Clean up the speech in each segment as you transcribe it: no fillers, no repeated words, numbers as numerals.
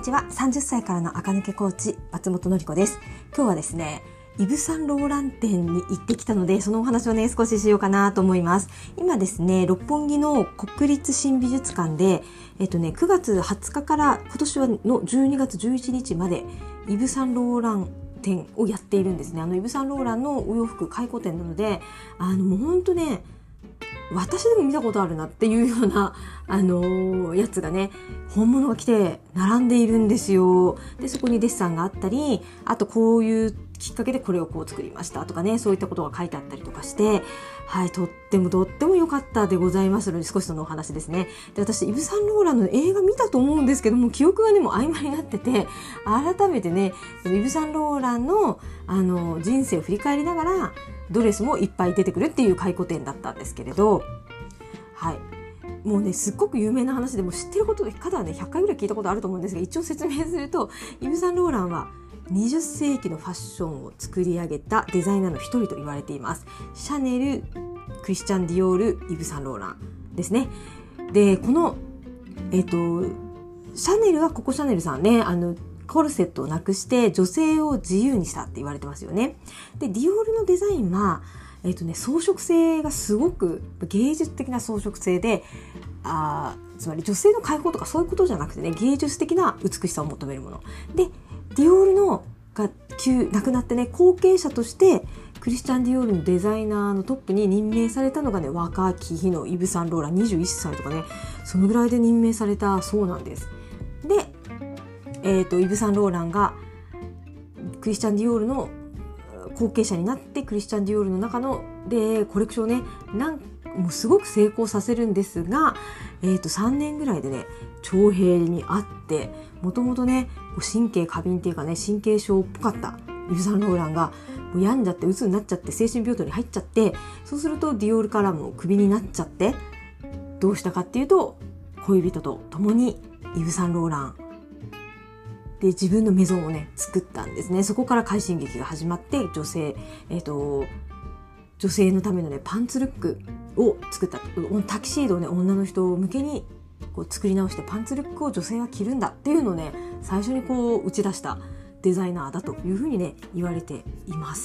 ちは。30歳からの垢抜けコーチ松本のり子です。今日はですね、イヴ・サンローラン店に行ってきたので、そのお話をね少ししようかなと思います。今ですね、六本木の国立新美術館で9月20日から今年はの12月11日までイヴ・サンローラン展をやっているんですね。イヴ・サンローランのお洋服回顧展なので、もうほんとね、私でも見たことあるなっていうようなやつがね、本物が来て並んでいるんですよ。でそこにデッサンがあったり、あとこういうきっかけでこれをこう作りましたとかね、そういったことが書いてあったりとかして、はい、とっても良かったでございますので、少しそのお話ですね。で、私イヴ・サンローランの映画見たと思うんですけども、記憶がねもう曖昧になってて、改めてねイヴ・サンローランの人生を振り返りながらドレスもいっぱい出てくるっていう回顧展だったんですけれど、はい、もうねすっごく有名な話で、も知ってる方はね100回ぐらい聞いたことあると思うんですが、一応説明すると、イヴ・サンローランは20世紀のファッションを作り上げたデザイナーの一人と言われています。シャネル、クリスチャン・ディオール、イヴ・サンローランですね。でこのシャネルはココ・シャネルさんね、コルセットをなくして女性を自由にしたって言われてますよね。でディオールのデザインは装飾性がすごく芸術的な装飾性で、つまり女性の解放とかそういうことじゃなくてね、芸術的な美しさを求めるもので、ディオールのが亡くなってね、後継者としてクリスチャン・ディオールのデザイナーのトップに任命されたのがね、若き日のイヴ・サンローラン21歳とかね、そのぐらいで任命されたそうなんです。で、イヴ・サンローランがクリスチャン・ディオールの後継者になって、クリスチャン・ディオールの中のでコレクションをねもうすごく成功させるんですが、3年ぐらいでね徴兵にあって、もともとね神経過敏っていうかね、神経症っぽかったイヴ・サンローランがもう病んじゃって、鬱になっちゃって、精神病棟に入っちゃって、そうするとディオールからもクビになっちゃって、どうしたかっていうと、恋人と共にイヴ・サンローランで自分のメゾンをね作ったんですね。そこから快進撃が始まって、女性のためのねパンツルックを作った。タキシードをね女の人向けにこう作り直して、パンツルックを女性は着るんだっていうのをね最初にこう打ち出したデザイナーだというふうにね言われています。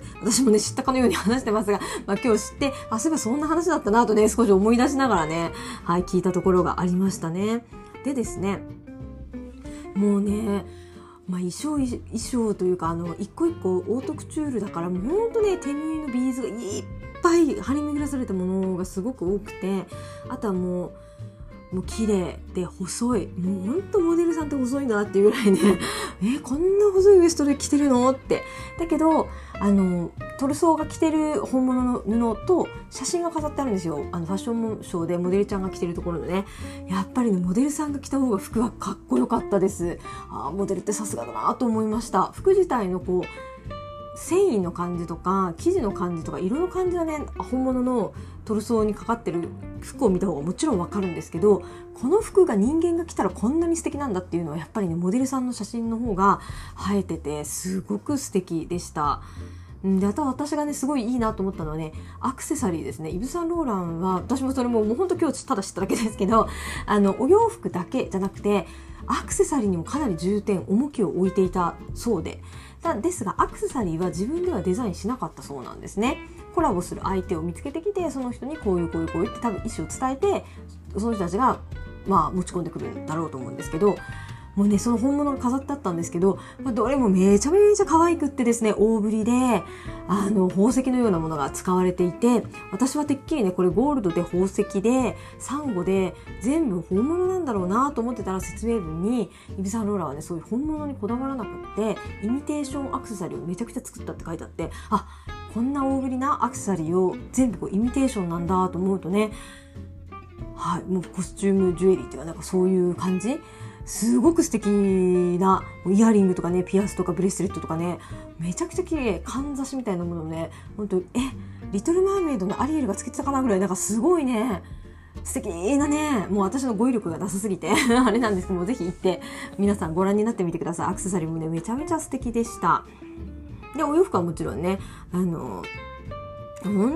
私もね知ったかのように話してますが、今日知って、そういえばそんな話だったなとね少し思い出しながらね、はい、聞いたところがありましたね。でですね、もうね、衣装というか、一個一個オートクチュールだから、もうほんとね手縫いのビーズがいっぱい張り巡らされたものがすごく多くて、あとはもう綺麗で細い、もうほんとモデルさんって細いんだなっていうぐらいねこんな細いウエストで着てるのって。だけどトルソーが着てる本物の布と写真が飾ってあるんですよ。ファッションショーでモデルちゃんが着てるところでね、やっぱりねモデルさんが着た方が服はかっこよかったです。モデルってさすがだなと思いました。服自体のこう繊維の感じとか生地の感じとか色の感じはね、本物のトルソーにかかってる服を見た方がもちろんわかるんですけど、この服が人間が着たらこんなに素敵なんだっていうのはやっぱりねモデルさんの写真の方が映えててすごく素敵でした。で、あと私がねすごいいいなと思ったのはね、アクセサリーですね。イヴ・サンローランは、私もそれもう本当今日ただ知っただけですけど、お洋服だけじゃなくてアクセサリーにもかなり重きを置いていたそうですが、アクセサリーは自分ではデザインしなかったそうなんですね。コラボする相手を見つけてきて、その人にこういうって多分意思を伝えて、その人たちが持ち込んでくるんだろうと思うんですけど、もうねその本物が飾ってあったんですけど、どれもめちゃめちゃ可愛くってですね、大ぶりで宝石のようなものが使われていて、私はてっきりねこれゴールドで宝石でサンゴで全部本物なんだろうなと思ってたら、説明文にイヴ・サンローランはねそういう本物にこだわらなくってイミテーションアクセサリーをめちゃくちゃ作ったって書いてあって、こんな大ぶりなアクセサリーを全部こうイミテーションなんだと思うとね、もうコスチュームジュエリーっていうかなんかそういう感じ、すごく素敵なイヤリングとかね、ピアスとかブレスレットとかね、めちゃくちゃ綺麗、かんざしみたいなものをね、本当リトルマーメイドのアリエルがつけてたかなぐらい、なんかすごいね素敵なね、もう私の語彙力がなさすぎてあれなんですけども、ぜひ行って皆さんご覧になってみてください。アクセサリーもねめちゃめちゃ素敵でした。でお洋服はもちろんね、本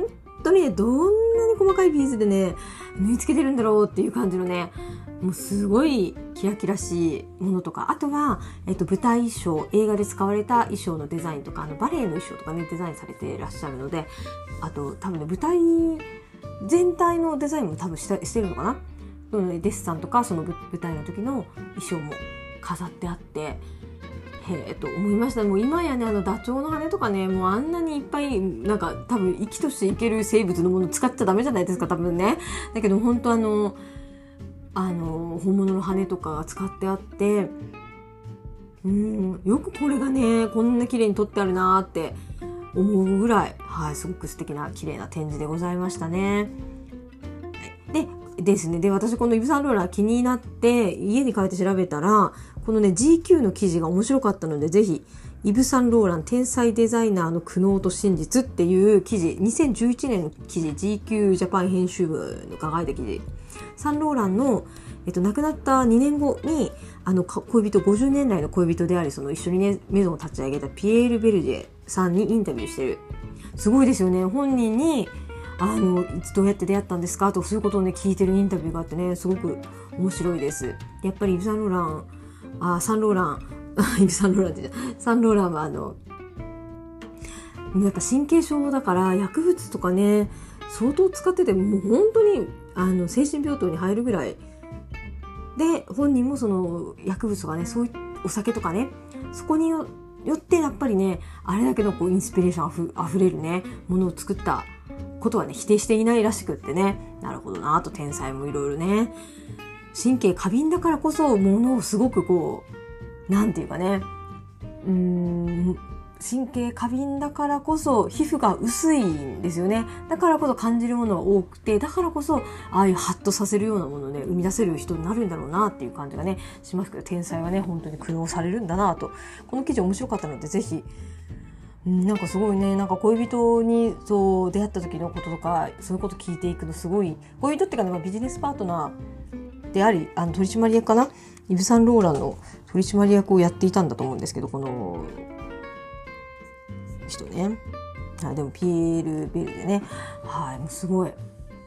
とね、どんなに細かいビーズでね、縫い付けてるんだろうっていう感じのね、もうすごいキラキラしいものとか、あとは、舞台衣装、映画で使われた衣装のデザインとか、バレエの衣装とかね、デザインされていらっしゃるので、あと多分ね、舞台全体のデザインも多分してるのかな。デッサンとか、その舞台の時の衣装も飾ってあって、へえと思いました。もう今やね、ダチョウの羽とかね、もうあんなにいっぱい、なんか多分生きとしていける生物のもの使っちゃダメじゃないですか、多分ね。だけど本当本物の羽とかが使ってあって、よくこれがね、こんな綺麗に撮ってあるなーって思うぐらい、はい、すごく素敵な綺麗な展示でございましたね。で、私このイヴ・サンローラン気になって家に帰って調べたら、このね GQ の記事が面白かったので、ぜひイヴ・サンローラン天才デザイナーの苦悩と真実っていう記事、2011年の記事、 GQ ジャパン編集部が書いた記事、サンローランの、亡くなった2年後に恋人、50年来の恋人であり、その一緒にねメゾンを立ち上げたピエール・ベルジェさんにインタビューしてる。すごいですよね。本人にいつどうやって出会ったんですかとか、そういうことをね聞いてるインタビューがあってね、すごく面白いです。やっぱりイヴ・サンローラン、サンローランイヴ・サンローランってサンローランはやっぱ神経症だから薬物とかね相当使ってて、もう本当に精神病棟に入るぐらいで、本人もその薬物とかね、そういうお酒とかね、そこによってやっぱりね、あれだけのインスピレーションあふれるねものを作ったことはね否定していないらしくってね、なるほどなと。天才もいろいろね、神経過敏だからこそものをすごくなんていうかね、神経過敏だからこそ皮膚が薄いんですよね。だからこそ感じるものが多くて、だからこそああいうハッとさせるようなものをね生み出せる人になるんだろうなっていう感じがねしますけど、天才はね本当に苦労されるんだなと。この記事面白かったのでぜひ、なんかすごいね、なんか恋人にそう出会った時のこととか、そういうこと聞いていくのすごい、恋人っていうかね、ビジネスパートナーであり取締役かな、イヴ・サンローランの取締役をやっていたんだと思うんですけど、この人ね、でもピエール・ベルでね、はい、もうすごい、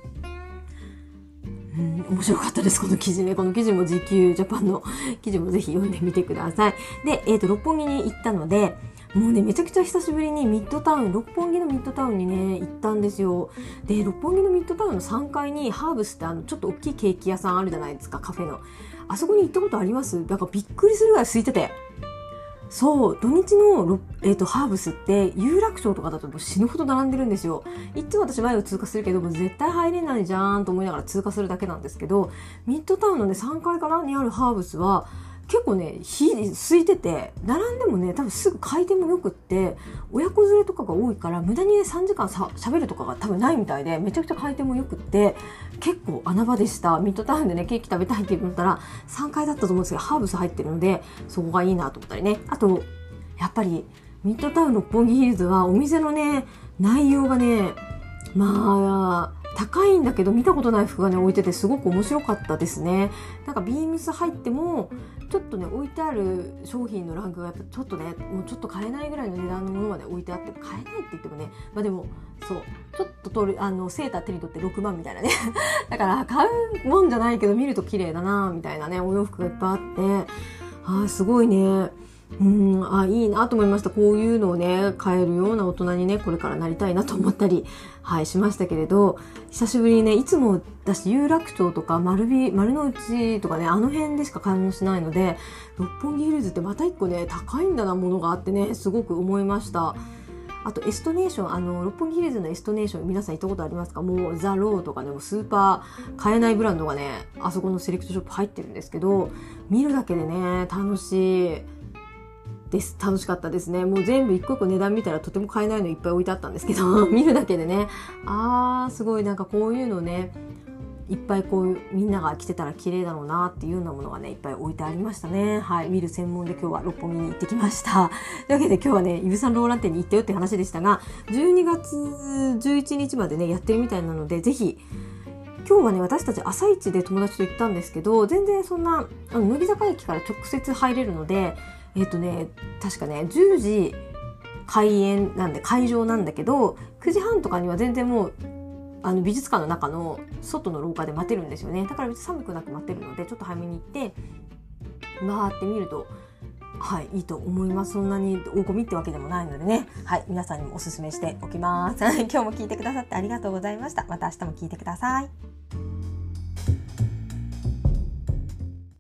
面白かったです、この記事ね。この記事も GQ ジャパンの記事もぜひ読んでみてください。で、六本木に行ったので、もうねめちゃくちゃ久しぶりにミッドタウン、六本木のミッドタウンにね行ったんですよ。で、六本木のミッドタウンの3階にハーブスってちょっと大きいケーキ屋さんあるじゃないですか、カフェの。あそこに行ったことあります？なんかびっくりするぐらい空いてて。そう、土日のハーブスって有楽町とかだと死ぬほど並んでるんですよ。いつも私前を通過するけども絶対入れないじゃんと思いながら通過するだけなんですけど、ミッドタウンのね3階かなにあるハーブスは結構ね空いてて、並んでもね多分すぐ開店もよくって、親子連れとかが多いから無駄にね3時間喋るとかが多分ないみたいで、めちゃくちゃ開店もよくって、結構穴場でした。ミッドタウンでねケーキ食べたいって言ったら3階だったと思うんですけど、ハーブス入ってるのでそこがいいなと思ったりね。あとやっぱりミッドタウン六本木ヒルズはお店のね内容がね、まあ高いんだけど見たことない服がね置いててすごく面白かったですね。なんかビームス入ってもちょっとね置いてある商品のランクがやっぱちょっとねもうちょっと買えないぐらいの値段のものまで置いてあって、買えないって言ってもね、まあでもそうちょっと取るセーター手に取って6万みたいなねだから買うもんじゃないけど見ると綺麗だなみたいなねお洋服がいっぱいあって、すごいね、いいなと思いました。こういうのをね買えるような大人にねこれからなりたいなと思ったり、しましたけれど、久しぶりにね、いつもだし有楽町とか丸の内とかねあの辺でしか買い物しないので、六本木ヒルズってまた一個ね高いんだなものがあってねすごく思いました。あとエストネーション、六本木ヒルズのエストネーション皆さん行ったことありますか？もうザ・ローとかね、もうスーパー買えないブランドがねあそこのセレクトショップ入ってるんですけど、見るだけでね楽しかったですね。もう全部一個一個値段見たらとても買えないのいっぱい置いてあったんですけど見るだけでね、すごいなんかこういうのねいっぱいこうみんなが着てたら綺麗だろうなっていうようなものがねいっぱい置いてありましたね。見る専門で今日は六本木に行ってきました。というわけで今日はねイヴ・サンローラン店に行ったよって話でしたが、12月11日までねやってるみたいなので、ぜひ今日はね私たち朝一で友達と行ったんですけど、全然そんな乃木坂駅から直接入れるので、確かね10時開場なんだけど9時半とかには全然もう美術館の中の外の廊下で待てるんですよね。だから別に寒くなく待てるので、ちょっと早めに行ってわーって見るといいと思います。そんなに大混みってわけでもないのでね、皆さんにもおすすめしておきます。今日も聞いてくださってありがとうございました。また明日も聞いてください。